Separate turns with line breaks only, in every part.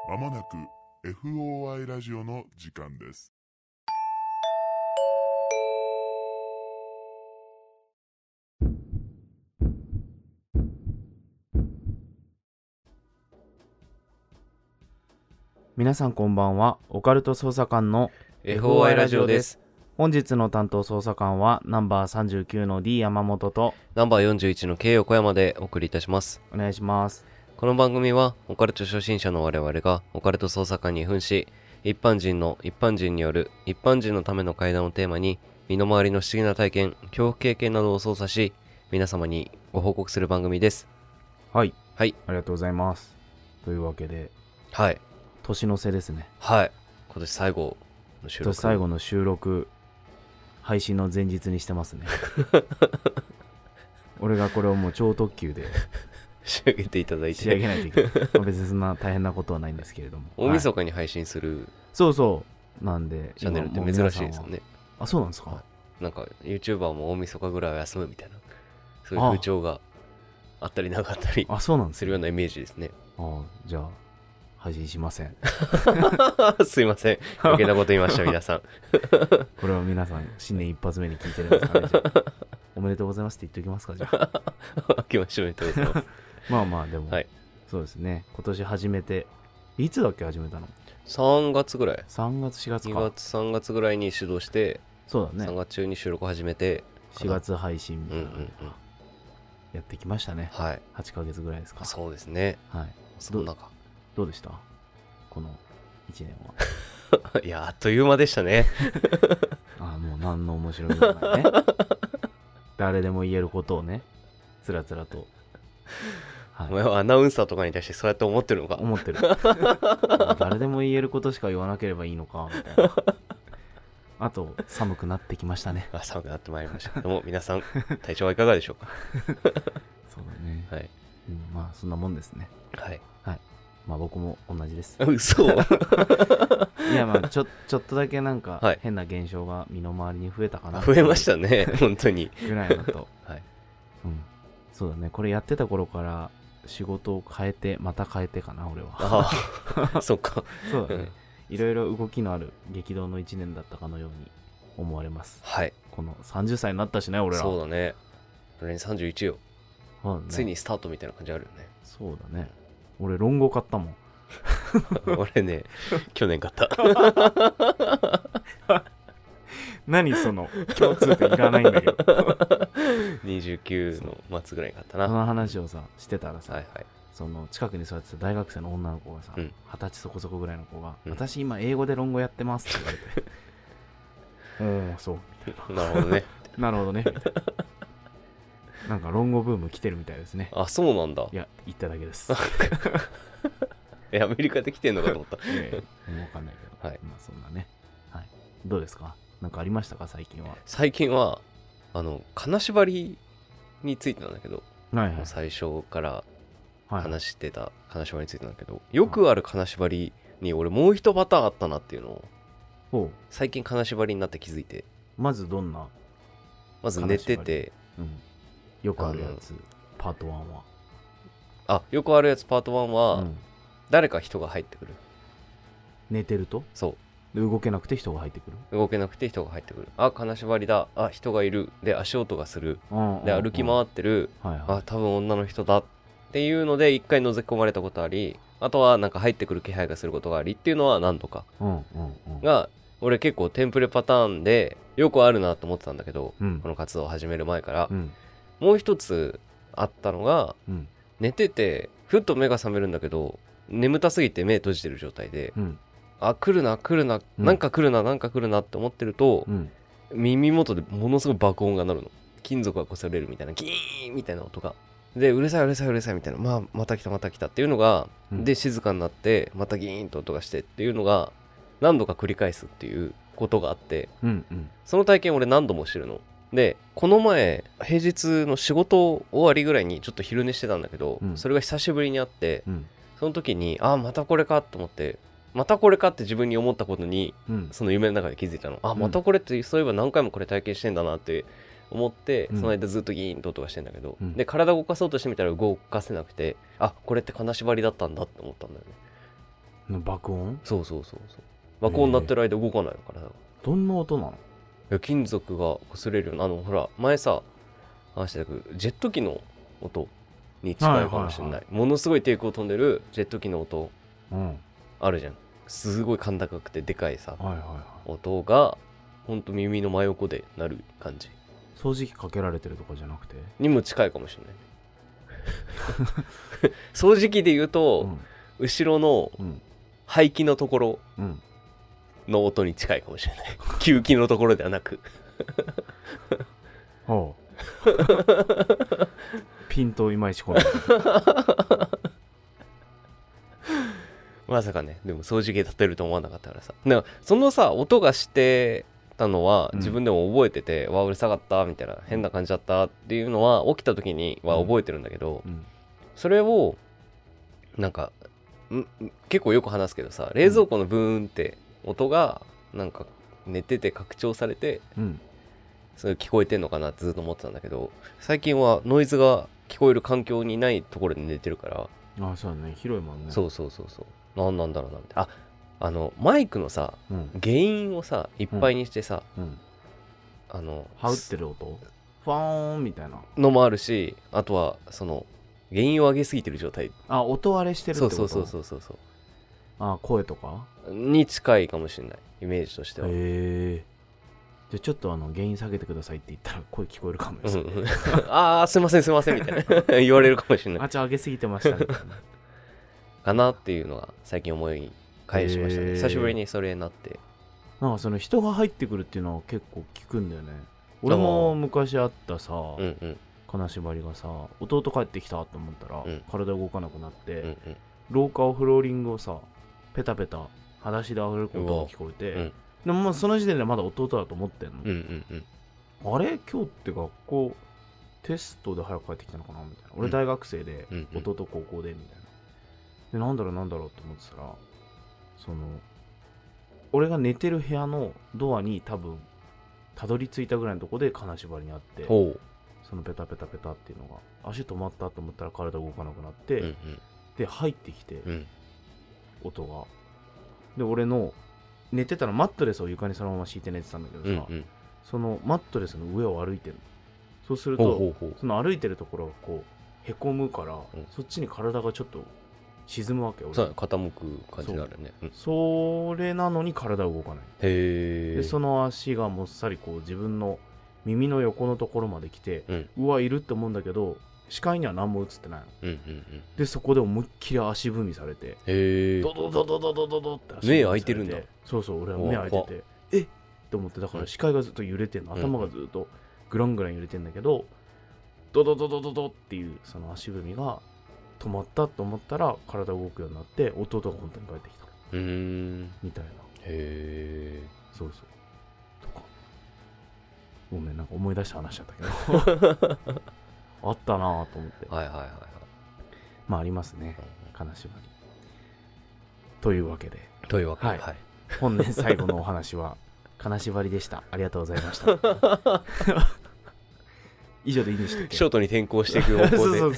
まもなく FOI ラジオの時間です。
皆さんこんばんは。オカルト捜査官の
FOI ラジオです。
本日の担当捜査官はナンバー39の D 山本と
ナンバー41の K 横山でお送りいたします。
お願いします。
この番組はオカルト初心者の我々がオカルト捜査官に扮し、一般人による一般人のための怪談をテーマに、身の回りの不思議な体験、恐怖経験などを操作し、皆様にご報告する番組です。
はい、
はい、
ありがとうございます。というわけで、
はい、
年の瀬ですね。
はい、今年最後の収録。
今年最後の収録、配信の前日にしてますね。俺がこれをもう超特急で
仕上げていただいて
仕上げないといけない。まあ別にそんな大変なことはないんですけれども。
大晦日に配信する、
そうそうなんで
チャンネルって珍しいですよね。
あ、そうなんですか、
はい、なんか YouTuber も大晦日ぐらいは風みたいな、そういう風潮があったりなかったりするようなイメージですね。
じゃあ配信しません。
すいません、余計なこと言いました皆さん。
これは皆さん新年一発目に聞いてるんですかね。じゃあおめでとうございますって言っておきますか。じゃあ
明けましておめでとうございます。
まあまあでも、
はい、
そうですね。今年始めていつだっけ始めたの
？3月ぐらい。
3月4月か。
2月3月ぐらいに始動して、
そうだね。
3月中に収録始めて
4月配信みたいな、やってきましたね。
はい、
8ヶ月ぐらいですか。
そうですね。
はい。
そんなか。
どうでしたこの1年は。
いや、あっという間でしたね。
もう何の面白みもないね。誰でも言えることをね、つらつらと、
はい、お前はアナウンサーとかに対してそうやって思ってるのか。
思ってる。誰でも言えることしか言わなければいいのかみたいな。あと寒くなってきましたね。
寒くなってまいりましたけども、皆さん体調はいかがでしょうか。
そうだね。
はい、
まあそんなもんですね。
はい
はい。まあ僕も同じです。
嘘。
いやまあちょっとだけなんか変な現象が身の回りに増えたかな。
増えましたね本当に。
ぐらいのと。
はい。
そうだね。これやってた頃から仕事を変えてまた変えてかな俺は。
ああそっか。
そうだね。いろいろ動きのある激動の1年だったかのように思われます。
はい。
この30歳になったしね俺ら。
そうだね。俺に31よ。
ね、
ついにスタートみたいな感じあるよね。
そうだね。俺論語買ったもん。
俺ね去年買った。
何その共通点いらないんだけど。
29の末ぐらいに買ったな。
その話をさしてたらさ、
はいはい、
その近くに座ってた大学生の女の子がさ、20歳そこそこぐらいの子が、私今英語で論語やってますって言われておおそうみたいな。
なるほどね。
なるほどねみたいな。なんか論語ブーム来てるみたいですね。
あ、そうなんだ。
いや言っただけです。
アメリカで来てんのかと思った。
わかんないけど、はい、まあそんなね。はい。どうですか？なんかありましたか最近は？
最近は金縛りについてなんだけど、
はいはい、
最初から話してた金縛りについてなんだけど、よくある金縛りに俺もう一パターンあったなっていうのを最近金縛りになって気づいて。
まずどんな？
まず寝てて、
よくあるやつパート1
はよくあるやつパート1は、誰か人が入ってくる。
寝てると？
そう
で動けなくて人が入ってくる。
動けなくて人が入ってくる。あ、金縛りだ。あ、人がいる。で足音がする。で歩き回ってる。あ、多分女の人だっていうので一回覗き込まれたことあり、あとはなんか入ってくる気配がすることがありっていうのは何度かが、俺結構テンプレパターンでよくあるなと思ってたんだけど、この活動を始める前から、もう一つあったのが、寝ててふっと目が覚めるんだけど眠たすぎて目閉じてる状態で、あ、来るな、なんか来るなって思ってると、耳元でものすごい爆音が鳴るの。金属が擦れるみたいなギーンみたいな音が。で、うるさいみたいな、また来たっていうのが、で静かになってまたギーンと音がしてっていうのが何度か繰り返すっていうことがあって、その体験俺何度もしてるので、この前平日の仕事終わりぐらいにちょっと昼寝してたんだけど、それが久しぶりにあって、その時にまたこれかと思って、またこれかって自分に思ったことに、その夢の中で気づいたの。またこれってそういえば何回もこれ体験してんだなって思って、その間ずっとギーンと音がしてんだけど、で体動かそうとしてみたら動かせなくて、これって金縛りだったんだって思ったんだよね。
爆音？
そう爆音鳴ってる間動かないから。
どんな音なの？
いや金属が擦れるようなほら前さ話してたけどジェット機の音に近いかもしれない、ものすごい抵抗飛んでるジェット機の音、あるじゃん。すごい甲高くてでかいさ、音がほんと耳の真横で鳴る感じ。
掃除機かけられてるとかじゃなくて
にも近いかもしれない掃除機で言うと、後ろの排気のところの音に近いかもしれない吸気のところではなく
ほうピンといまいちこない
まさかね、でも掃除機立てると思わなかったからさ。だからそのさ音がしてたのは自分でも覚えてて、わうるさかったみたいな変な感じだったっていうのは起きた時には覚えてるんだけど、それをなんか結構よく話すけどさ、冷蔵庫のブーンって音がなんか寝てて拡張されて、それ聞こえてんのかなってずっと思ってたんだけど、最近はノイズが聞こえる環境にないところで寝てるから。
ああそうだね、広いもんね。
そう何なんだろうなみたいな。マイクのさ、ゲインをさいっぱいにしてさ、
はうってる音ファーンみたいな
のもあるし、あとはそのゲインを上げすぎてる状態、
音割れしてるってこと？
そう
声とか
に近いかもしれない、イメージとしては。
へえ。じゃあちょっと原因下げてくださいって言ったら声聞こえるかもしれない
ああすいませんみたいな言われるかもしれない。
あ、上げすぎてましたみたいな
かなっていうのが最近思い返しましたね。久しぶりにそれになって、
なんかその人が入ってくるっていうのは結構聞くんだよね。俺も昔あったさ、金縛りがさ、弟帰ってきたと思ったら、体動かなくなって、廊下をフローリングをさペタペタ裸足で上がることが聞こえて、でもその時点でまだ弟だと思ってんの、あれ今日って学校テストで早く帰ってきたのかなみたいな。俺大学生で、弟高校でみたいな。でなんだろうと思ってたら、その俺が寝てる部屋のドアに多分たどり着いたぐらいのとこで金縛りにあって、そのペタペタペタっていうのが足止まったと思ったら体動かなくなって、で入ってきて、音がで、俺の寝てたらマットレスを床にそのまま敷いて寝てたんだけどさ、そのマットレスの上を歩いてる。そうするとその歩いてるところがこうへこむから、そっちに体がちょっと沈むわけよ。
そう傾く感じになるね。
それなのに体動かない。でその足がもっさりこう自分の耳の横のところまで来て、うわいるって思うんだけど視界には何も映ってないの、でそこで思いっきり足踏みされて、ドドドドドドドドって足踏みされて、
目開いてるんだ。
そう俺は目開いてて、えっって思って、だから視界がずっと揺れてんの、頭がずっとグラングラン揺れてんだけど、ドドドドドドっていうその足踏みが止まったと思ったら体動くようになって、弟が本当に帰ってきたみたいな。そうとか、ごめんなんか思い出した話だったけどあったなぁと思って。まあありますね、金縛りというわけで。本年最後のお話は金縛りでした。ありがとうございました以上でいいんでしたっけ？
ショートに転向していく方向で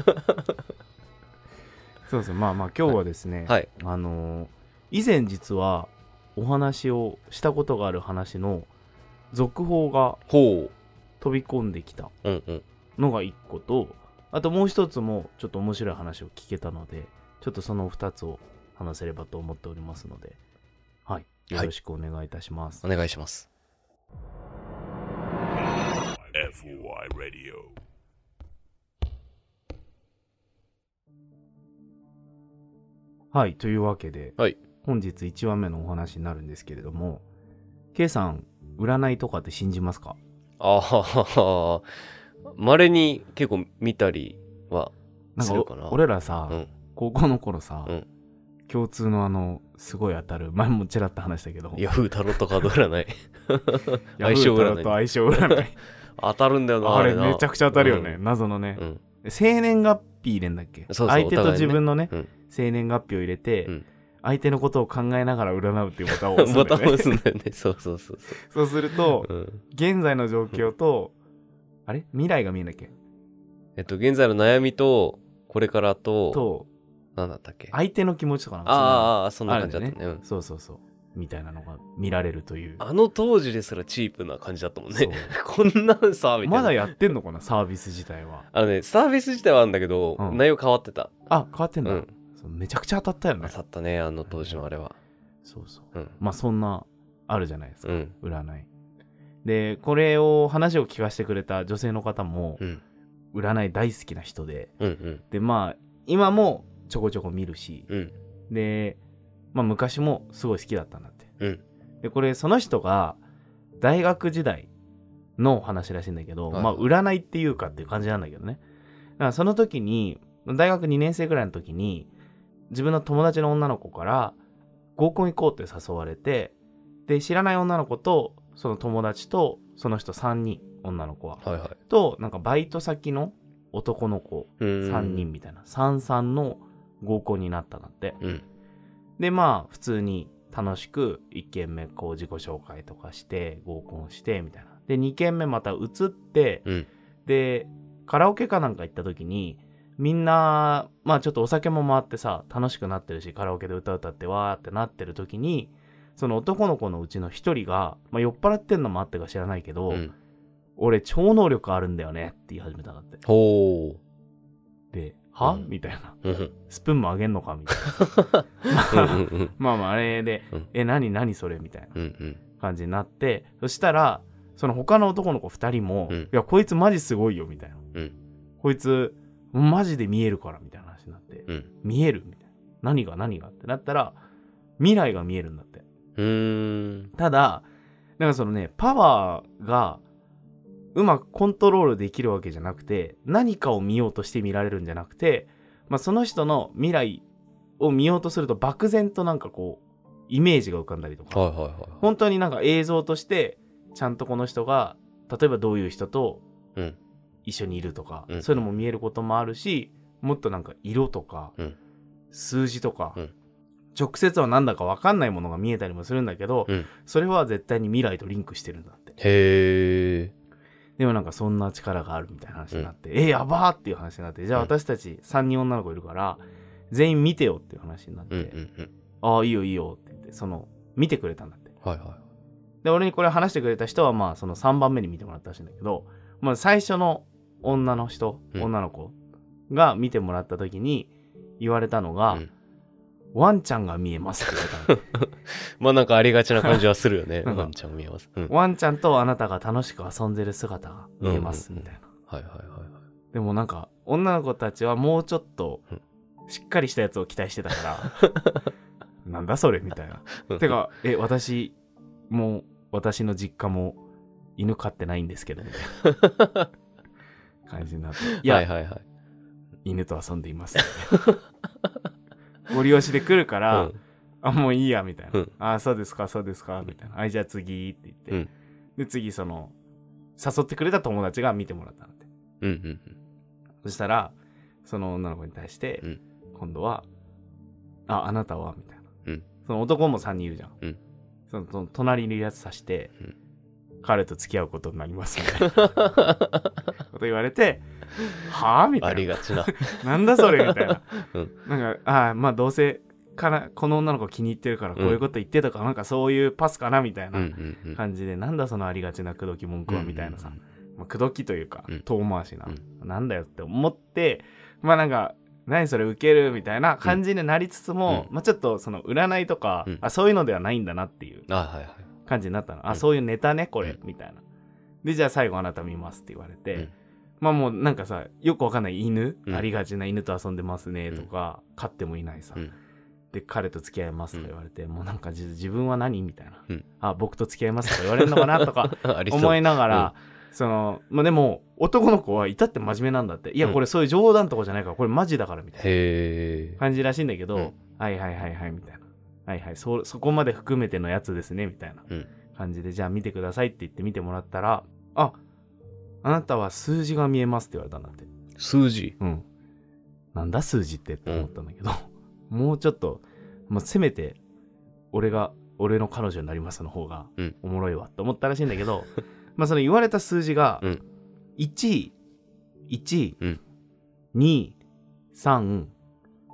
そうまあ今日はですね、以前実はお話をしたことがある話の続報が飛び込んできたのが1個と、あともう一つもちょっと面白い話を聞けたので、ちょっとその2つを話せればと思っておりますので、よろしくお願いいたします。
お願いします。
FOI Radio。
はい、というわけで、本日1話目のお話になるんですけれども、K さん、占いとかって信じますか？
稀に結構見たりはするかな。
俺らさ、高校の頃さ、共通のすごい当たる、前もちらっと話したけど、
ヤフータロットカード占い
相性占い
当たるんだよな。
あれめちゃくちゃ当たるよね、謎のね、生年月日入れんだっけ？相手と自分のね、生年月日を入れて、相手のことを考えながら占うっていうボタンを押すんだよね。ボタンを押すんだよね。そうすると、現在の状況と、未来が見えんだっけ？
現在の悩みとこれからとなんだったっけ、
相手の気持ちとかなん
かそんな感じだったね。
そうそうそうみたいなのが見られるという。
あの当時ですらチープな感じだったもんね。こんなんさみたいな。
まだやってんのかなサービス自体は。
サービス自体はあるんだけど、内容変わってた。
あ、変わってんだ。めちゃくちゃ当たったよね。
当たったね、あの当時のあれは。
そうそう。まあそんなあるじゃないですか、占い。でこれを話を聞かせてくれた女性の方も、占い大好きな人で、でまあ今もちょこちょこ見るし、でまあ昔もすごい好きだったんだって。でこれその人が大学時代の話らしいんだけど、まあ占いっていうかっていう感じなんだけどね。だからその時に大学2年生ぐらいの時に自分の友達の女の子から合コン行こうって誘われて、で知らない女の子とその友達とその人3人、女の子は、となんかバイト先の男の子3人みたいな33の合コンになったんだって。でまあ普通に楽しく1軒目こう自己紹介とかして合コンしてみたいな。で2軒目また移って、でカラオケかなんか行った時にみんなまあちょっとお酒も回ってさ楽しくなってるし、カラオケで歌ってわーってなってる時にその男の子のうちの一人が、まあ、酔っ払ってんのもあってか知らないけど、俺超能力あるんだよねって言い始めたんだって。では、みたいな、スプーンもあげんのかみたいなまああれで、何それみたいな感じになって、そしたらその他の男の子2人も、いやこいつマジすごいよみたいな、こいつマジで見えるからみたいな話になって、見えるみたいな、何がってなったら未来が見えるんだって。ただなんかそのねパワーがうまくコントロールできるわけじゃなくて、何かを見ようとして見られるんじゃなくて、まあ、その人の未来を見ようとすると漠然となんかこうイメージが浮かんだりとか、本当になんか映像としてちゃんとこの人が例えばどういう人と一緒にいるとか、そういうのも見えることもあるし、もっとなんか色とか、数字とか、直接はなんだか分かんないものが見えたりもするんだけど、それは絶対に未来とリンクしてるんだって。
へー。
でもなんかそんな力があるみたいな話になって、やばーっていう話になって、じゃあ私たち3人女の子いるから全員見てよっていう話になって、ああいいよいいよって言ってその見てくれたんだって。で俺にこれ話してくれた人はまあその3番目に見てもらったらしいんだけど、まあ、最初の女の子が見てもらった時に言われたのが、ワンちゃんが見えますって言われたの
まあなんかありがちな感じはするよね。ワンちゃん見えます、
ワンちゃんとあなたが楽しく遊んでる姿が見えますみたいな。でもなんか女の子たちはもうちょっとしっかりしたやつを期待してたからなんだそれみたいな。てか私の実家も犬飼ってないんですけどみたいな感じになって、いや、犬と遊んでいますご利用しで来るから、もういいやみたいな、そうですかみたいな、じゃあ次って言って、で次その誘ってくれた友達が見てもらったんで、そしたらその女の子に対して、今度はあなたはみたいな、その男も3人いるじゃん、その隣にいるやつさして、彼と付き合うことになりますみたいなこと言われて、はぁみたいな、
ありがちな
なんだそれみたいな、なんかまあどうせからこの女の子気に入ってるからこういうこと言ってとか、なんかそういうパスかなみたいな感じで、なんだそのありがちな口説き文句はみたいなさ、口説きというか遠回しな、なんだよって思って、まあなんか何それウケるみたいな感じになりつつも、まあちょっとその占いとか、そういうのではないんだなっていう感じになったの。そういうネタねこれ、みたいな。でじゃあ最後あなた見ますって言われて、まあもうなんかさよくわかんない犬、ありがちな犬と遊んでますねとか、飼ってもいないさ、で彼と付き合いますとか言われて、もうなんか自分は何みたいな、僕と付き合いますとか言われるのかなとか思いながら、そのまあでも男の子は至って真面目なんだって。いやこれそういう冗談とかじゃないからこれマジだからみたいな感じらしいんだけど、はいみたいな、そこまで含めてのやつですねみたいな感じで、じゃあ見てくださいって言って見てもらったら、あなたは数字が見えますって言われたんだって。
数字？
なんだ数字って思ったんだけど、もうちょっと、せめて俺の彼女になりますの方がおもろいわって思ったらしいんだけど、その言われた数字が1、1、2、3、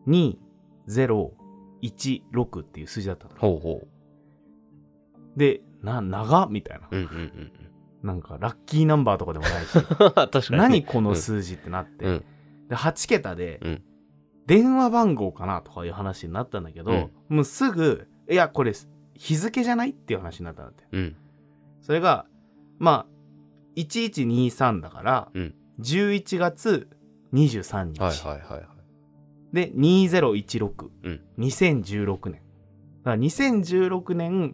2016っていう数字だったの。
ほうほう。
で、長っみたいな、なんかラッキーナンバーとかでもないし
確かに
何この数字ってなって、で8桁で、電話番号かなとかいう話になったんだけど、もうすぐいやこれ日付じゃないっていう話になったんだって、それがまあ1123だから、11月23日、で2016、2016年だから2016年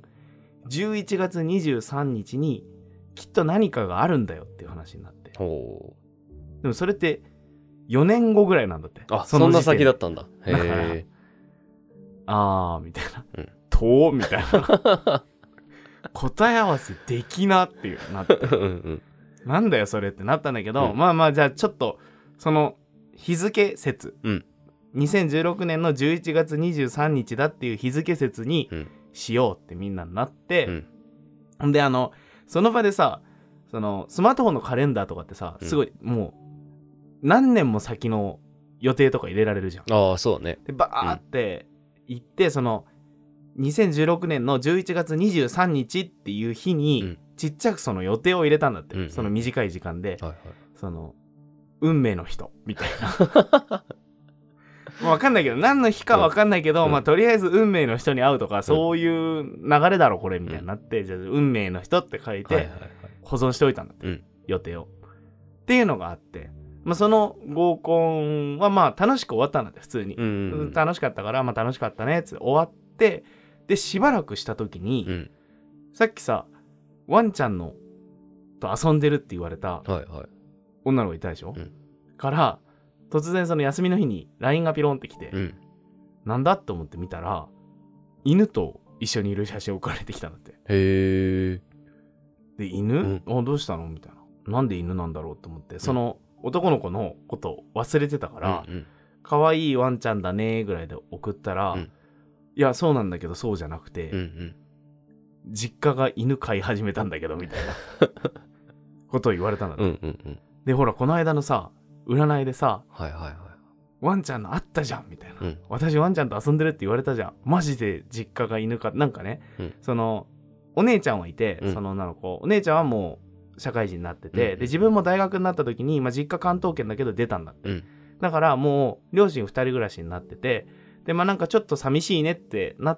11月23日にきっと何かがあるんだよっていう話になって、でもそれって4年後ぐらいなんだって。
あ、そんな先だったんだ。へ
え。あーみたいな、とみたいな答え合わせできなっていうなってなんだよそれってなったんだけど、まあまあじゃあちょっとその日付説、2016年の11月23日だっていう日付説にしようってみんなになって、でその場でさ、そのスマートフォンのカレンダーとかってさ、すごいもう何年も先の予定とか入れられるじゃん。
ああ、そうね。
でバーって行って、その2016年の11月23日っていう日に、ちっちゃくその予定を入れたんだって、その短い時間で、その運命の人みたいな分かんないけど何の日か分かんないけど、まあとりあえず運命の人に会うとか、そういう流れだろこれみたいになって、じゃあ運命の人って書いて保存しておいたんだって、予定をっていうのがあって、まあ、その合コンはまあ楽しく終わったんだって普通に、楽しかったからまあ楽しかったねって終わって、でしばらくした時に、さっきさワンちゃんのと遊んでるって言われた女の子いたでしょ、から突然その休みの日に LINE がピロンってきて、なんだと思って見たら犬と一緒にいる写真送られてきたんだって。
へー。
で犬、どうしたのみたいな、なんで犬なんだろうと思って、その男の子のことを忘れてたから、可愛いワンちゃんだねぐらいで送ったら、いやそうなんだけどそうじゃなくて、実家が犬飼い始めたんだけどみたいなことを言われたんだって、でほらこの間のさ占いでさ、ワンちゃんのあったじゃんみたいな、私ワンちゃんと遊んでるって言われたじゃん、マジで実家が犬かなんかね、そのお姉ちゃんはいて、その女の子お姉ちゃんはもう社会人になってて、で自分も大学になった時に、まあ、実家関東圏だけど出たんだって、だからもう両親2人暮らしになってて、でまあなんかちょっと寂しいねってなって、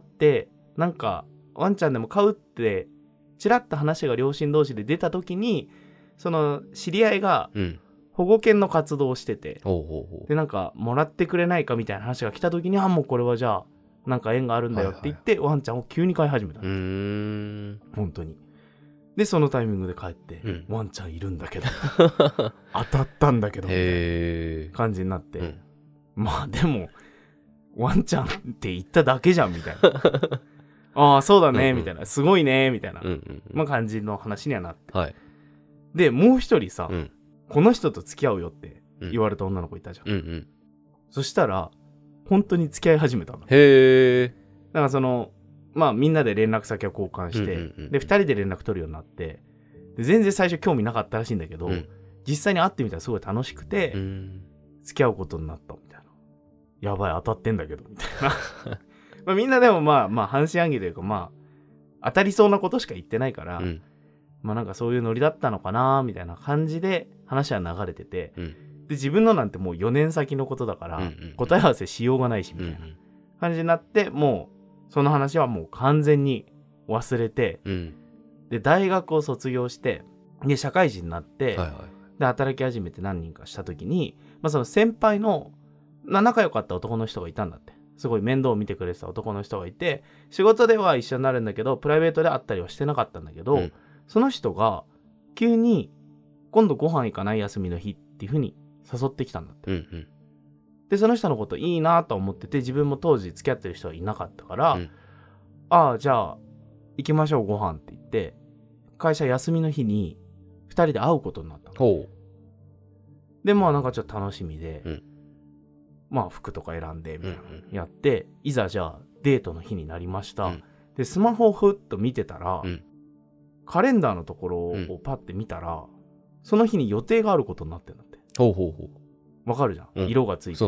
なんかワンちゃんでも飼うってちらっと話が両親同士で出た時に、その知り合いが保護犬の活動をしてて、でなんかもらってくれないかみたいな話が来た時に、あもうこれはじゃあなんか縁があるんだよって言って、ワンちゃんを急に飼い始めた。本当に。でそのタイミングで帰って、ワンちゃんいるんだけど当たったんだけどみたいな感じになって、まあでもワンちゃんって言っただけじゃんみたいなああそうだねみたいな、すごいねみたいな、まあ感じの話にはなって、でもう一人さ、この人と付き合うよって言われた女の子いたじゃん、そしたら本当に付き合い始めたの。だからそのまあみんなで連絡先を交換して、で2人で連絡取るようになって、で全然最初興味なかったらしいんだけど、実際に会ってみたらすごい楽しくて、付き合うことになったみたいな。やばい当たってんだけどみたいなまあみんなでもまあ半信半疑というか、まあ当たりそうなことしか言ってないから、まあなんかそういうノリだったのかなみたいな感じで話は流れてて、で自分のなんてもう4年先のことだから、答え合わせしようがないしみたいな感じになって、もうその話はもう完全に忘れて、で大学を卒業して、で社会人になって、で働き始めて何人かした時に、まあ、その先輩の仲良かった男の人がいたんだって。すごい面倒を見てくれてた男の人がいて、仕事では一緒になるんだけどプライベートで会ったりはしてなかったんだけど、その人が急に今度ご飯行かない休みの日っていう風に誘ってきたんだって、でその人のこといいなと思ってて、自分も当時付き合ってる人はいなかったから、ああじゃあ行きましょうご飯って言って、会社休みの日に2人で会うことになったの。でまあなんかちょっと楽しみで、まあ服とか選んでみたいなやって、いざじゃあデートの日になりました、でスマホをふっと見てたら、カレンダーのところをパッて見たら、その日に予定があることになってるんだって。わかるじゃん、色がついてて、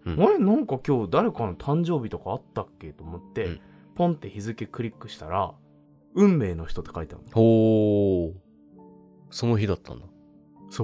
俺なんか今日誰かの誕生日とかあったっけと思って、ポンって日付クリックしたら運命の人って書いてあるの。
ほー、その日だったんだ。
そう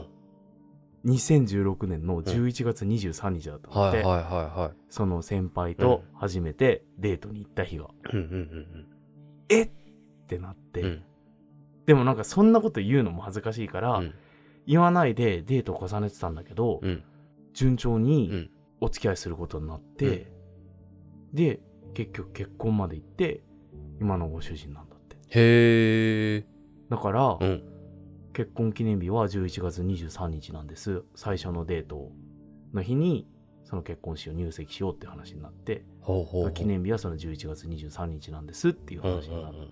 、2016年の11月23日だったので、その先輩と初めてデートに行った日が、えってなって、でもなんかそんなこと言うのも恥ずかしいから、言わないでデートを重ねてたんだけど、順調にお付き合いすることになって、で結局結婚まで行って今のご主人なんだって。
へー。
だから、結婚記念日は11月23日なんです。最初のデートの日にその結婚式を入籍しようって話になって、記念日はその11月23日なんですっていう話になって、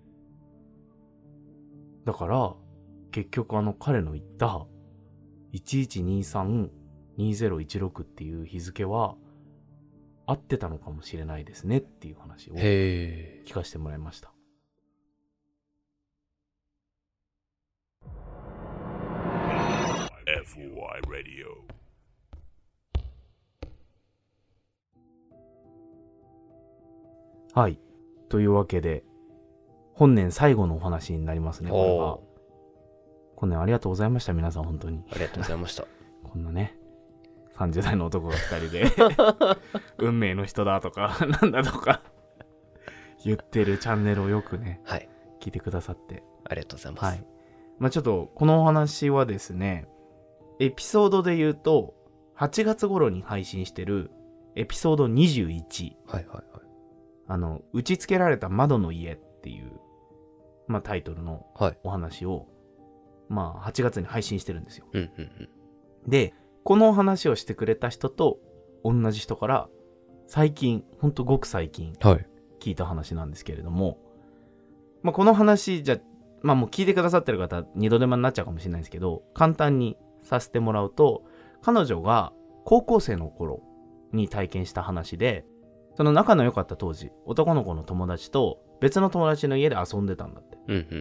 だから結局彼の言った11232016っていう日付は合ってたのかもしれないですねっていう話を聞かせてもらいました。
FOI Radio。
はい、というわけで本年最後のお話になりますね。これが今年ありがとうございました。皆さん本当に
ありがとうございました
こんなね30代の男が2人で運命の人だとかなんだとか言ってるチャンネルをよくね、聞いてくださって
ありがとうございます。
ちょっとこのお話はですね、エピソードで言うと8月頃に配信してるエピソード21、打ち付けられた窓の家っていう、タイトルのお話を、8月に配信してるんですよ。でこの話をしてくれた人と同じ人から最近、ほんとごく最近聞いた話なんですけれども、この話じゃもう聞いてくださってる方二度手間になっちゃうかもしれないんですけど、簡単にさせてもらうと、彼女が高校生の頃に体験した話で、その仲の良かった当時、男の子の友達と別の友達の家で遊んでたんだって、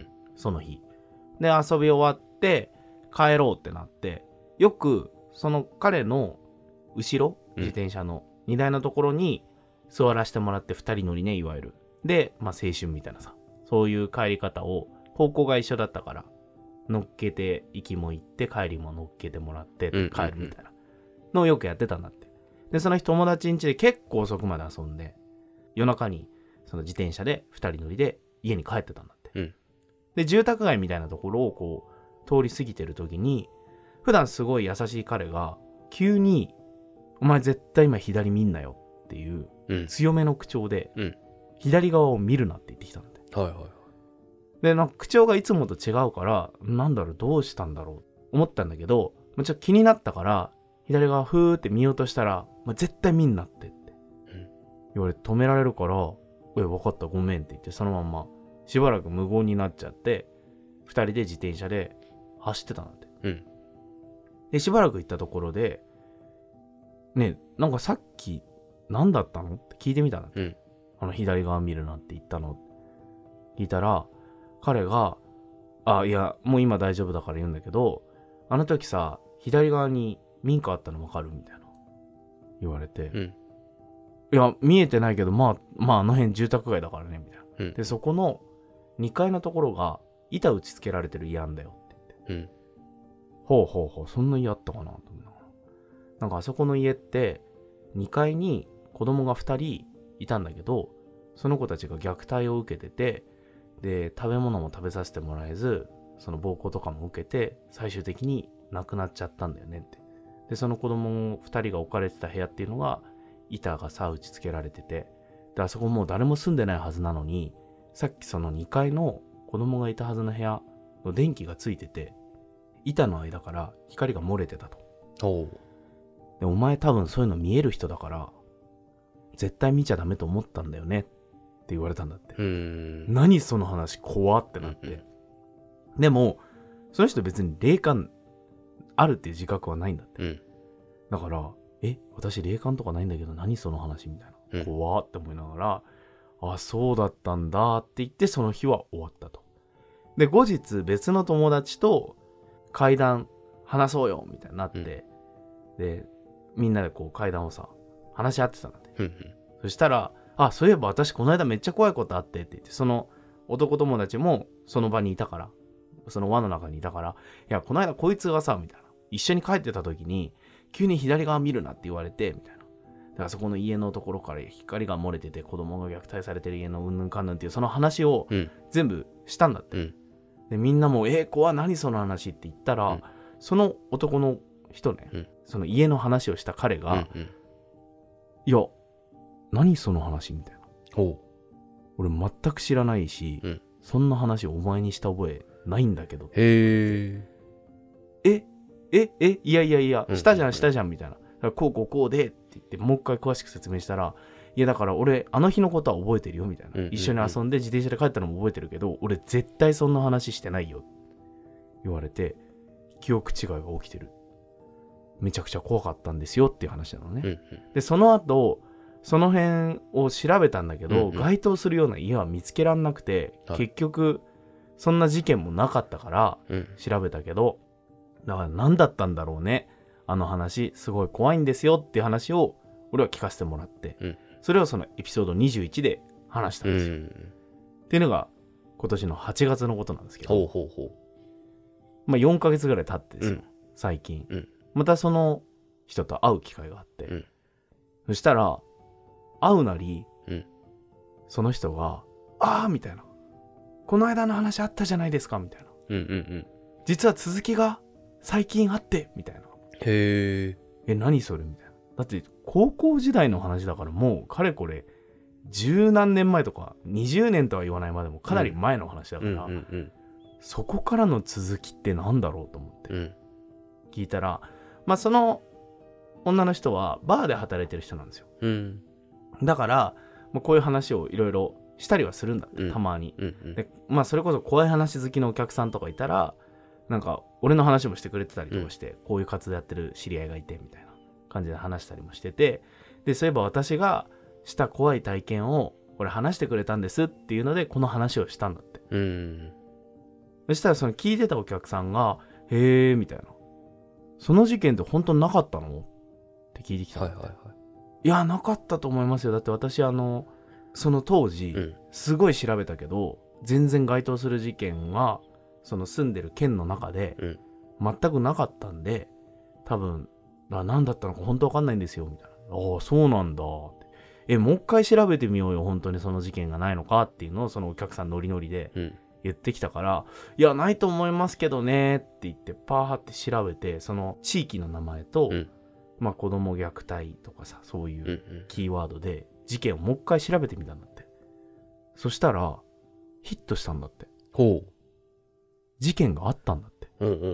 その日で遊び終わって帰ろうってなって、よくその彼の後ろ、自転車の荷台のところに座らせてもらって2人乗りね、いわゆるで、青春みたいなさ、そういう帰り方を、方向が一緒だったから乗っけて行きも行って帰りも乗っけてもらって帰るみたいなのをよくやってたんだって。でその日友達ん家で結構遅くまで遊んで、夜中にその自転車で2人乗りで家に帰ってたんだって、で住宅街みたいなところをこう通り過ぎてる時に、普段すごい優しい彼が急にお前絶対今左見んなよっていう強めの口調で、左側を見るなって言ってきたんだって。でなんか口調がいつもと違うから、なんだろう、どうしたんだろう思ったんだけど、ちょっと気になったから左側ふーって見ようとしたら、絶対見んなって言われて、止められるから、分かったごめんって言って、そのまんましばらく無言になっちゃって、2人で自転車で走ってたんだって、でしばらく行ったところでね、なんかさっき何だったのって聞いてみたんだって、左側見るなって言ったの聞いたら、彼がいやもう今大丈夫だから言うんだけど、あの時さ左側に民家あったの分かるみたいな言われて、いや見えてないけどあの辺住宅街だからねみたいな、でそこの2階のところが板打ち付けられてる家あんだよって言って、ほうそんな家あったかなと思うな。なんかあそこの家って2階に子供が2人いたんだけど、その子たちが虐待を受けてて、で食べ物も食べさせてもらえず、その暴行とかも受けて最終的に亡くなっちゃったんだよねって。でその子供2人が置かれてた部屋っていうのが板がさ打ち付けられてて、であそこもう誰も住んでないはずなのに、さっきその2階の子供がいたはずの部屋の電気がついてて、板の間から光が漏れてたと。でお前多分そういうの見える人だから絶対見ちゃダメと思ったんだよねって言われたんだって。何その話怖ってなって、でもその人別に霊感あるっていう自覚はないんだって、だから私霊感とかないんだけど何その話みたいな、怖って思いながら、そうだったんだって言って、その日は終わったと。で後日別の友達と階段話そうよみたいになって、でみんなでこう階段をさ話し合ってたんだって。そしたら、あ、そういえば私この間めっちゃ怖いことあってって言って、その男友達もその場にいたから、その輪の中にいたから、いやこの間こいつがさみたいな、一緒に帰ってた時に急に左側見るなって言われてみたいな。だからそこの家のところから光が漏れてて子供が虐待されてる家のうんぬんかんぬんっていうその話を全部したんだって。でみんなも怖何その話って言ったら、その男の人ね、その家の話をした彼が、いや何その話みたいな。俺全く知らないし、そんな話お前にした覚えないんだけど。いやしたじゃんみたいな。こうでって言ってもう一回詳しく説明したら、いやだから俺あの日のことは覚えてるよみたいな、一緒に遊んで自転車で帰ったのも覚えてるけど、俺絶対そんな話してないよ言われて、記憶違いが起きてる、めちゃくちゃ怖かったんですよっていう話なのね。でその後その辺を調べたんだけど、該当するような家は見つけらんなくて、結局そんな事件もなかったから調べたけど、だから何だったんだろうね、あの話すごい怖いんですよっていう話を俺は聞かせてもらって、それをそのエピソード21で話したんですよ。っていうのが今年の8月のことなんですけど、まあ4ヶ月ぐらい経ってですよ、最近、またその人と会う機会があって、そしたら会うなり、その人がみたいな、この間の話あったじゃないですかみたいな、実は続きが最近あってみたいな。何それみたいな。だって高校時代の話だから、もうかれこれ十何年前とか20年とは言わないまでもかなり前の話だから、そこからの続きってなんだろうと思って聞いたら、まあその女の人はバーで働いてる人なんですよ。だからまあ、こういう話をいろいろしたりはするんだって、たまに。でまあそれこそ怖い話好きのお客さんとかいたら、なんか俺の話もしてくれてたりとかして、こういう活動やってる知り合いがいてみたいな感じで話したりもしてて、でそういえば私がした怖い体験をこれ話してくれたんですっていうのでこの話をしたんだって。そしたらその聞いてたお客さんがへーみたいな、その事件って本当になかったのって聞いてきたんだって。いやなかったと思いますよ。だって私その当時、すごい調べたけど全然該当する事件がその住んでる県の中で全くなかったんで、多分何だったのか本当わかんないんですよみたいな。ああそうなんだって、もう一回調べてみようよ本当にその事件がないのかっていうのをそのお客さんノリノリで言ってきたから、いやないと思いますけどねって言ってパーって調べて、その地域の名前と、まあ子供虐待とかさ、そういうキーワードで事件をもう一回調べてみたんだって。そしたらヒットしたんだって。事件があったんだって。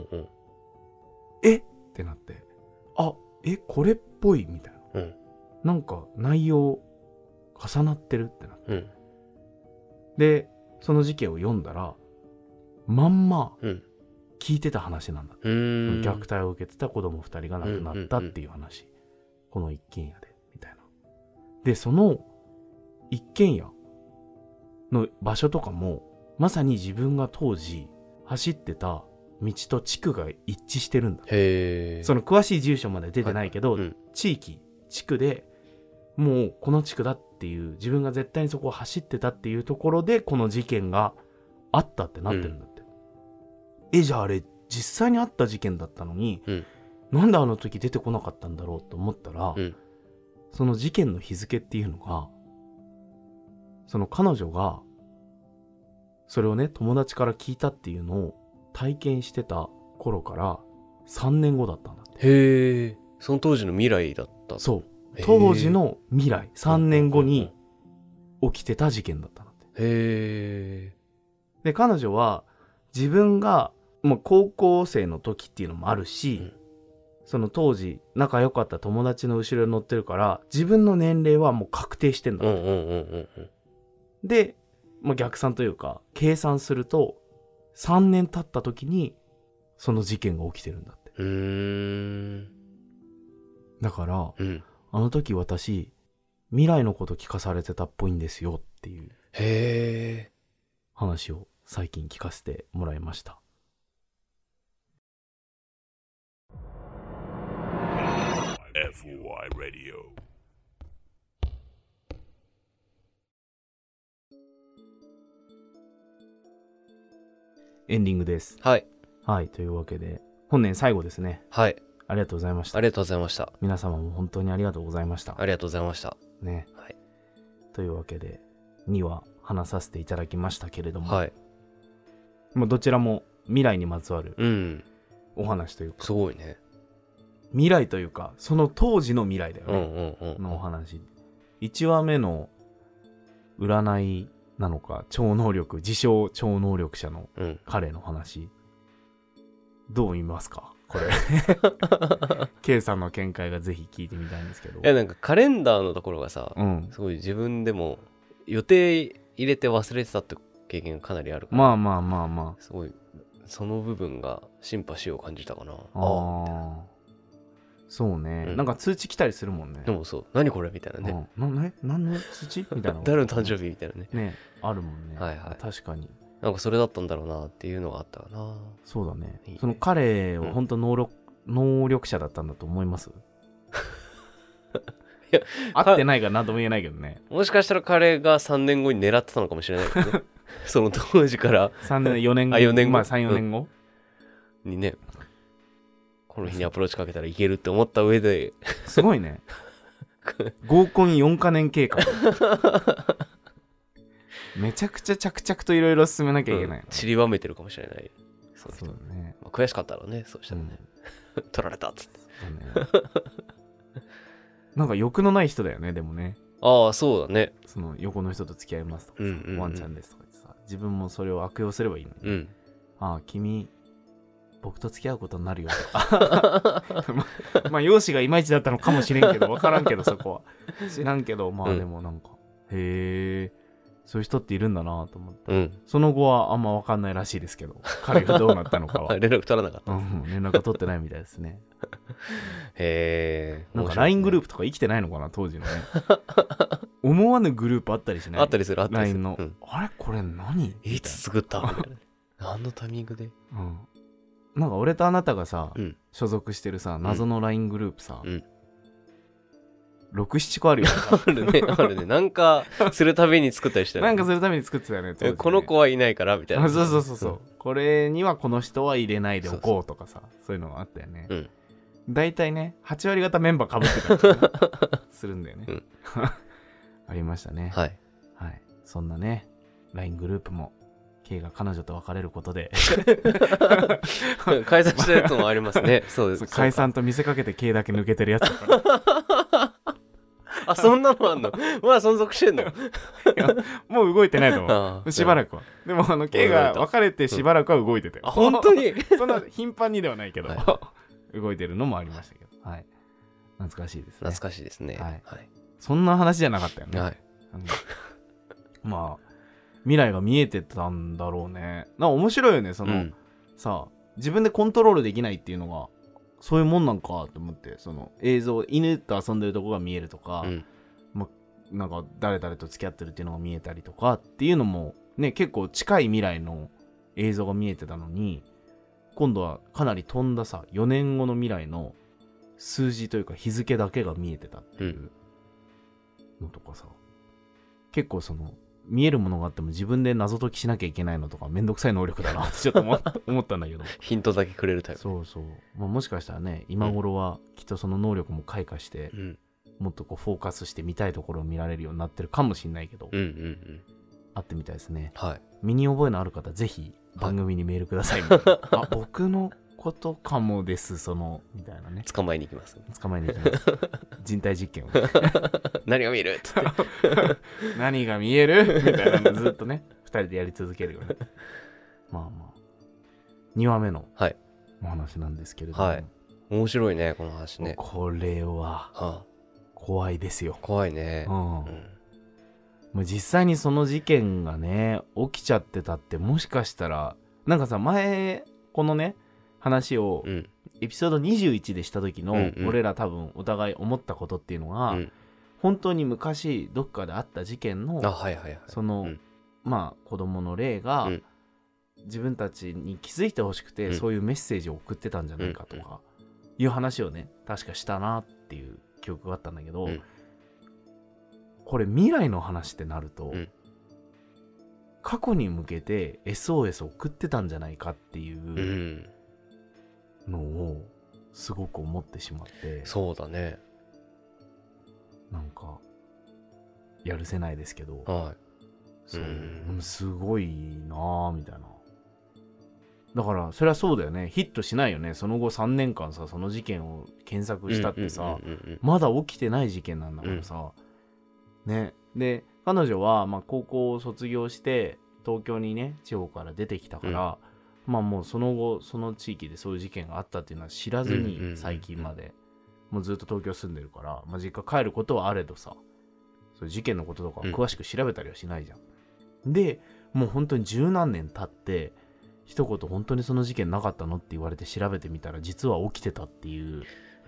ってなって、これっぽいみたいな、なんか内容重なってるってなって、でその事件を読んだらまんま聞いてた話なんだって。虐待を受けてた子供2人が亡くなったっていう話、この一軒家でみたいな。でその一軒家の場所とかもまさに自分が当時走ってた道と地区が一致してるんだ。その詳しい住所まで出てないけど、地域地区でもうこの地区だっていう、自分が絶対にそこを走ってたっていうところでこの事件があったってなってるんだって。じゃああれ実際にあった事件だったのに、なんであの時出てこなかったんだろうと思ったら、その事件の日付っていうのが、その彼女がそれをね友達から聞いたっていうのを体験してた頃から3年後だったんだって。
その当時の未来だった。
そう、当時の未来3年後に起きてた事件だったんだって。で彼女は自分がもう高校生の時っていうのもあるし、その当時仲良かった友達の後ろに乗ってるから自分の年齢はもう確定してんだって。で、逆算というか計算すると3年経った時にその事件が起きてるんだって。だから、あの時私未来のこと聞かされてたっぽいんですよっていう話を最近聞かせてもらいました。
FOI Radio。
エンディングです。
はい。
はい、というわけで、本年最後ですね。
はい。
ありがとうございました。
ありがとうございました。
皆様も本当にありがとうございました。
ありがとうございました。
ね。
はい。
というわけで、2話話させていただきましたけれども、
はい。
もうどちらも未来にまつわるお話というか、
すごいね。
未来というか、その当時の未来だよね。のお話。1話目の占いなのか、超能力、自称超能力者の彼の話、どう見ますかこれ。K さんの見解がぜひ聞いてみたいんですけど。
いや、なんかカレンダーのところがさ、すごい自分でも予定入れて忘れてたって経験がかなりあるから。
まあ。
すごい、その部分がシンパシーを感じたかな。
そうね、なんか通知来たりするもんね。
でもそう、何これみたいなね。
何の通知みたいな。
誰の誕生日みたいなね。
ね、あるもんね。
はいはい。
確かに。
なんかそれだったんだろうなっていうのがあったかな。
そうだね。その彼は本当能力者だったんだと思います？いや、合ってないから何とも言えないけどね。
もしかしたら彼が3年後に狙ってたのかもしれないけどね。その当時から
3年、4年後。
4年後。
まあ3、4年後、
にね、この日にアプローチかけたらいけるって思った上で。
すごいね。合コン4カ年計画。めちゃくちゃ着々といろいろ進めなきゃいけない、
散りばめてるかもしれない。
そうだね。
まあ、悔しかったろうね、そうしたらね。取られたっつって。
なんか欲のない人だよね、でもね。
ああ、そうだね。
その横の人と付き合いますとかさ、ワンちゃんですとか言ってさ、自分もそれを悪用すればいいのに。ああ、君、僕と付き合うことになるよとか。まあ、容姿がいまいちだったのかもしれんけど、わからんけど、そこは。知らんけど、まあでもなんか、へえ。そういう人っているんだなと思って、その後はあんま分かんないらしいですけど、彼がどうなったのかは。
連絡取らなかった、
連絡取ってないみたいですね。
へえ。
なんか LINE グループとか生きてないのかな、当時のね。思わぬグループあったりしない？
あったりする、あったりする。
LINE の、あれこれ何？
いつ作ったみたいな。何のタイミングで？
なんか俺とあなたがさ、所属してるさ、謎の LINE グループさ、6、7個あるよ。
あるね、あるね。なんかするたびに作ったりしてる。
なんかするたびに作ってたよね。
この子はいないからみたいな。
そう。これにはこの人は入れないでおこうとかさ、そういうのがあったよね。大体ね、8割方メンバーかぶってたりするんだよね。ありましたね。はい。そんなね、LINE グループも、K が彼女と別れることで
解散したやつもありますね。そうです。
解散と見せかけて K だけ抜けてるやつだから
あ、そんなのあんの？まだ存続してんの？い
や、もう動いてないと思う。しばらくは。でもK が別れてしばらくは動いてて。
本当に
そんな頻繁にではないけど、動いてるのもありましたけど。はい。懐かしいですね。
懐かしいですね。はい。
そんな話じゃなかったよね。はい。まあ、未来が見えてたんだろうね。なんか面白いよね、その、さ、自分でコントロールできないっていうのが、そういうもんなんかと思って、その映像、犬と遊んでるとこが見えるとか、なんか誰々と付き合ってるっていうのが見えたりとかっていうのも、ね、結構近い未来の映像が見えてたのに、今度はかなり飛んださ、4年後の未来の数字というか日付だけが見えてたっていうのとかさ、結構その、見えるものがあっても自分で謎解きしなきゃいけないのとかめんどくさい能力だなってちょっと思ったんだけど
ヒントだけくれるタイプ。
そう、まあ、もしかしたらね今頃はきっとその能力も開花して、もっとこうフォーカスして見たいところを見られるようになってるかもしれないけど、会ってみたいですね。身に覚えのある方ぜひ番組にメールください、あ、僕のことかもですそのみたいなね。
捕まえに行きます。
人体実験を
何が見えるっつって
何が見えるみたいなのずっとね2人でやり続けるよね。まあ2話目のお話なんですけれども、
面白いねこの話ね。
これは怖いですよ。
怖いね。
もう実際にその事件がね起きちゃってたってもしかしたらなんかさ前このね話をエピソード21でした時の俺ら多分お互い思ったことっていうのが、本当に昔どっかであった事件のそのまあ子供の霊が自分たちに気づいてほしくてそういうメッセージを送ってたんじゃないかとかいう話をね確かしたなっっていう記憶があったんだけど、
うん、
これ未来の話ってなると、
うん、
過去に向けて SOS を送ってたんじゃないかっていうのをすごく思ってしまって、
そうだね、
なんかやるせないですけど、
はい、
そう、すごいなぁみたいな。だからそれはそうだよね、ヒットしないよね。その後3年間さ、その事件を検索したってさ、まだ起きてない事件なんだからさ、ね。で彼女はまあ高校を卒業して東京にね地方から出てきたから、まあもうその後その地域でそういう事件があったっていうのは知らずに、最近までもうずっと東京住んでるから、まあ、実家帰ることはあれどさ、そういう事件のこととか詳しく調べたりはしないじゃん、でもう本当に十何年経って一言本当にその事件なかったのって言われて調べてみたら実は起きてたっていう、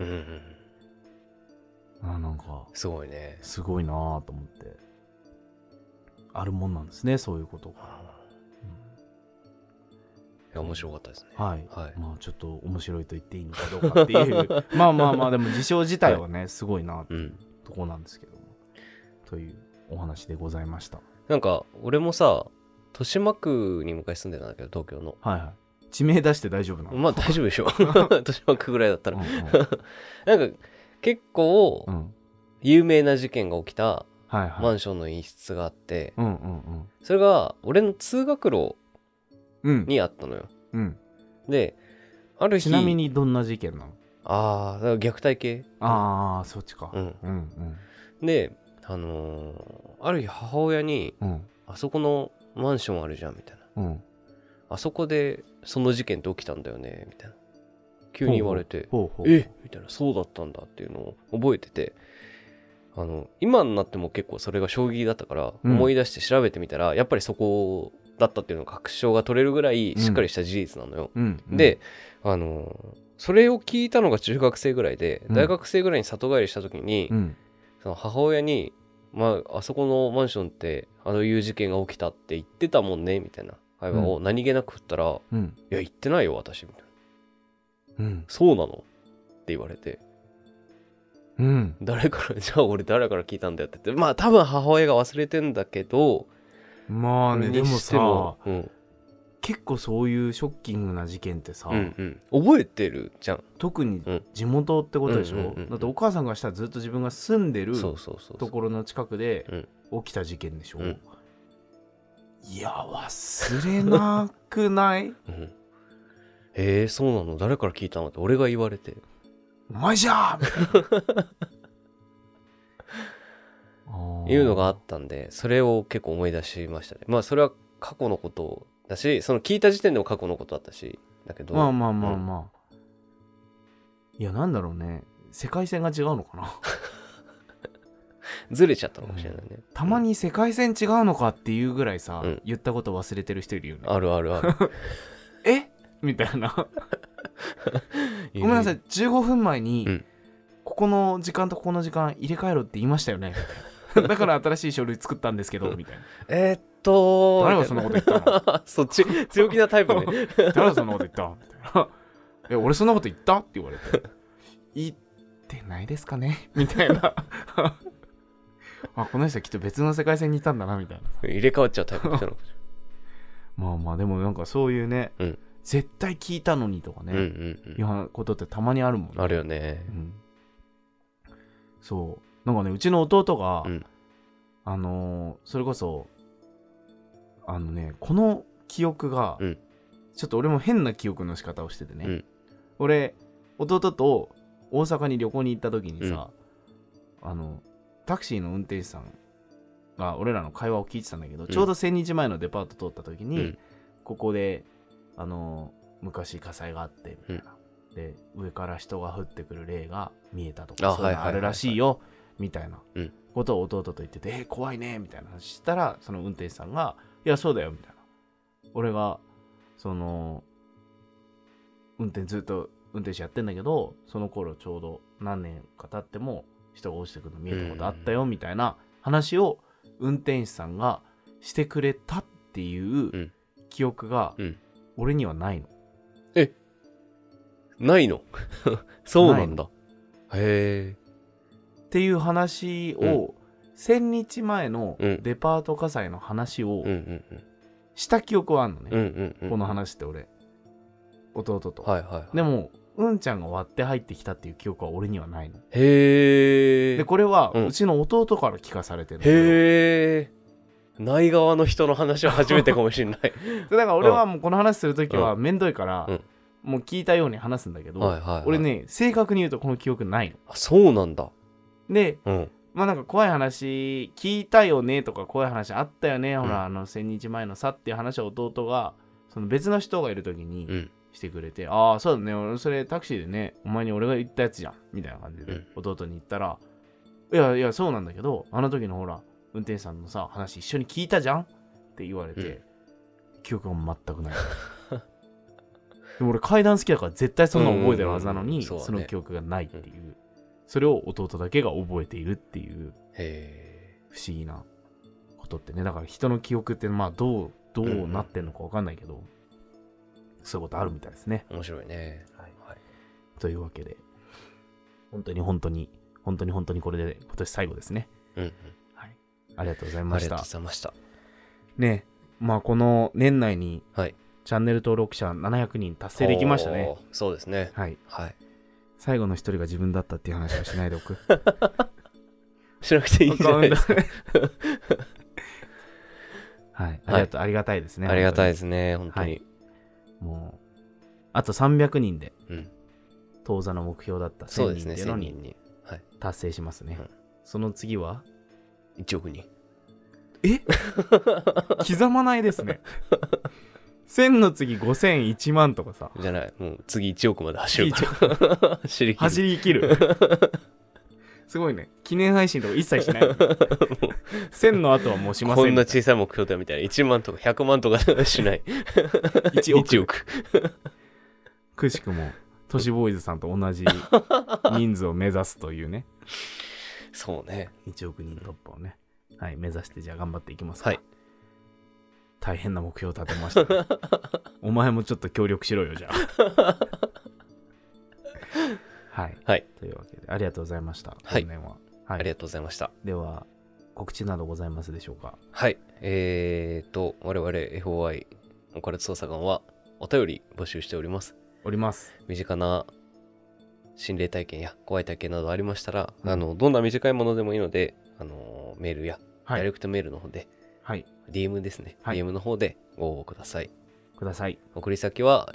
なんか
すごいね、
すごいなぁと思って、あるもんなんですね、そういうことが。
いや面白かったですね。
はい、はい、まあちょっと面白いと言っていいのかどうかっていうまあまあまあでも事象自体はね、はい、すごいなっていうとこなんですけども、というお話でございました。
なんか俺もさ豊島区に昔住んでたんだけど、東京の、
はいはい、地名出して大丈夫なの？
まあ大丈夫でしょ豊島区ぐらいだったらなんか結構有名な事件が起きたマンションの一室があって、それが俺の通学路にあったのよ、である日、
ちなみにどんな事件なの？
だから虐待系。
そっちか。
である日母親に、あそこのマンションあるじゃんみたいな、あそこでその事件って起きたんだよねみたいな急に言われて、みたいな、そうだったんだっていうのを覚えてて、今になっても結構それが衝撃だったから思い出して調べてみたら、やっぱりそこだったっていうのが確証が取れるぐらいしっかりした事実なのよ、でそれを聞いたのが中学生ぐらいで、大学生ぐらいに里帰りした時に、その母親に、あそこのマンションってああいう事件が起きたって言ってたもんねみたいな会話を何気なく振ったら、いや言ってないよ私みたいな、そうなのって言われて、誰からじゃあ俺誰から聞いたんだよって言って、まあ多分母親が忘れてんだけど、
まあね、でもさ、結構そういうショッキングな事件ってさ、
覚えてるじゃん。
特に地元ってことでしょ。だってお母さんがしたらずっと自分が住んでるところの近くで起きた事件でしょ。いや忘れなくない？
そうなの？誰から聞いたのって俺が言われて、
お前じゃーみたいな
いうのがあったんで、それを結構思い出しましたね。まあそれは過去のことだし、その聞いた時点でも過去のことだったし、だけど
まあ、いやなんだろうね、世界線が違うのかな
ずれちゃったのかもしれないね、
たまに世界線違うのかっていうぐらいさ、言ったこと忘れてる人いるよね。
ある
えみたいなごめんなさい、15分前に、ここの時間とここの時間入れ替えろって言いましたよねだから新しい書類作ったんですけどみたいな。誰がそんなこと言ったの
そっち強気なタイプね
誰がそんなこと言ったみたいな俺そんなこと言ったって言われて言ってないですかねみたいなこの人はきっと別の世界線にいたんだなみたいな。
入れ替わっちゃうタイプの
まあでもなんかそういうね、絶対聞いたのにとかね、いうことってたまにあるもんね。
あるよね、
そうなんかね、うちの弟が、それこそこの記憶が、ちょっと俺も変な記憶の仕方をしててね、俺弟と大阪に旅行に行った時にさ、タクシーの運転手さんが俺らの会話を聞いてたんだけど、ちょうど1000日前のデパート通った時に、ここで昔火災があってみたいな、で上から人が降ってくる霊が見えたとか、そういうのあるらしいよみたいなことを弟と言ってて、怖いねみたいな話したら、その運転手さんがいやそうだよみたいな、俺がそのずっと運転手やってんだけど、その頃ちょうど何年か経っても人が落ちてくるの見えたことあったよみたいな話を運転手さんがしてくれたっていう記憶が俺にはないの。
ないのそうなんだ。へえ。
っていう話を、1000日前のデパート火災の話をした記憶はあるのね、この話って俺弟と、でもうんちゃんが割って入ってきたっていう記憶は俺にはないの。
へえ。
でこれはうちの弟から聞かされてるの。
へえ。ない側の人の話は初めてかもしれないだ
から俺はもうこの話するときはめんどいから、もう聞いたように話すんだけど、俺ね正確に言うとこの記憶ないの。
あ、そうなんだ。
で、まあなんか怖い話聞いたよねとか怖い話あったよね、ほら1000日前のさっていう話は弟がその別の人がいるときにしてくれて、ああそうだね、俺それタクシーでねお前に俺が言ったやつじゃんみたいな感じで弟に言ったら、いやいやそうなんだけどあの時のほら運転手さんのさ話一緒に聞いたじゃんって言われて、記憶が全くないでも俺階段好きだから絶対そんなの覚えてるはずなのに、その記憶がないっていう、それを弟だけが覚えているっていう不思議なことってね。だから人の記憶ってまあどうなってんのか分かんないけど、そういうことあるみたいですね。
面白いね。
というわけで本当にこれで今年最後ですね。ありがとうございました。
ありがとうございました
ね。まあこの年内にチャンネル登録者700人達成できましたね。
そうですね。
最後の一人が自分だったっていう話はしないでおく
しなくていいじゃないですか
ありがたいですね。
ありがたいですね、本当に。
もうあと300人で当座の目標だった1000人っていうのに達成しますね。その次は
1億人。
刻まないですね1000の次5000、1万とかさ。
じゃない、もう次1億まで走る
走り切るすごいね。記念配信とか一切しない1000の後はもうしません。
こんな小さい目標だみたいな1万とか100万とかしない1億
くしくも都市ボーイズさんと同じ人数を目指すというね
そうね、
1億人突破をね、目指してじゃあ頑張っていきますか。大変な目標を立てましたねお前もちょっと協力しろよじゃあというわけでありがとうございました。本年は
ありがとうございました。
では告知などございますでしょうか。
我々 FOI オカルト捜査官はお便り募集しております。身近な心霊体験や怖い体験などありましたら、どんな短いものでもいいので、メールやダイレクトメールの方で、DM ですね、DM の方でご応募ください。送り先は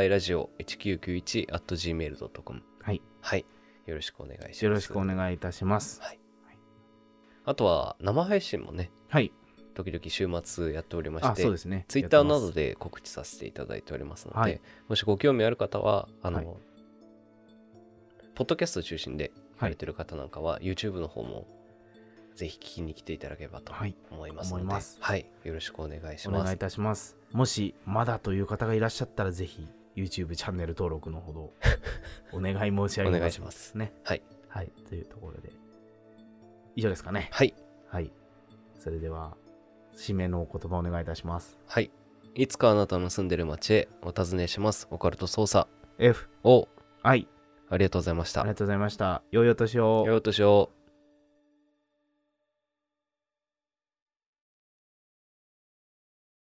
foiradio1991@gmail.com。 よろしくお願いします。
よろしくお願いいたします。
あとは生配信もね、時々週末やっておりまして、Twitter などで告知させていただいておりますので、もしご興味ある方はポッドキャスト中心でやれてる方なんかは、YouTube の方もぜひ聞きに来ていただければと思いますので、よろしくお願いします。
お願いいたします。もしまだという方がいらっしゃったらぜひ YouTube チャンネル登録のほどお願い申し上げますね。というところで以上ですかね。それでは締めのお言葉お願いいたします。
いつかあなたの住んでる街へお尋ねします。オカルト捜査
FOI。
ありがとうございました。
良いお年を。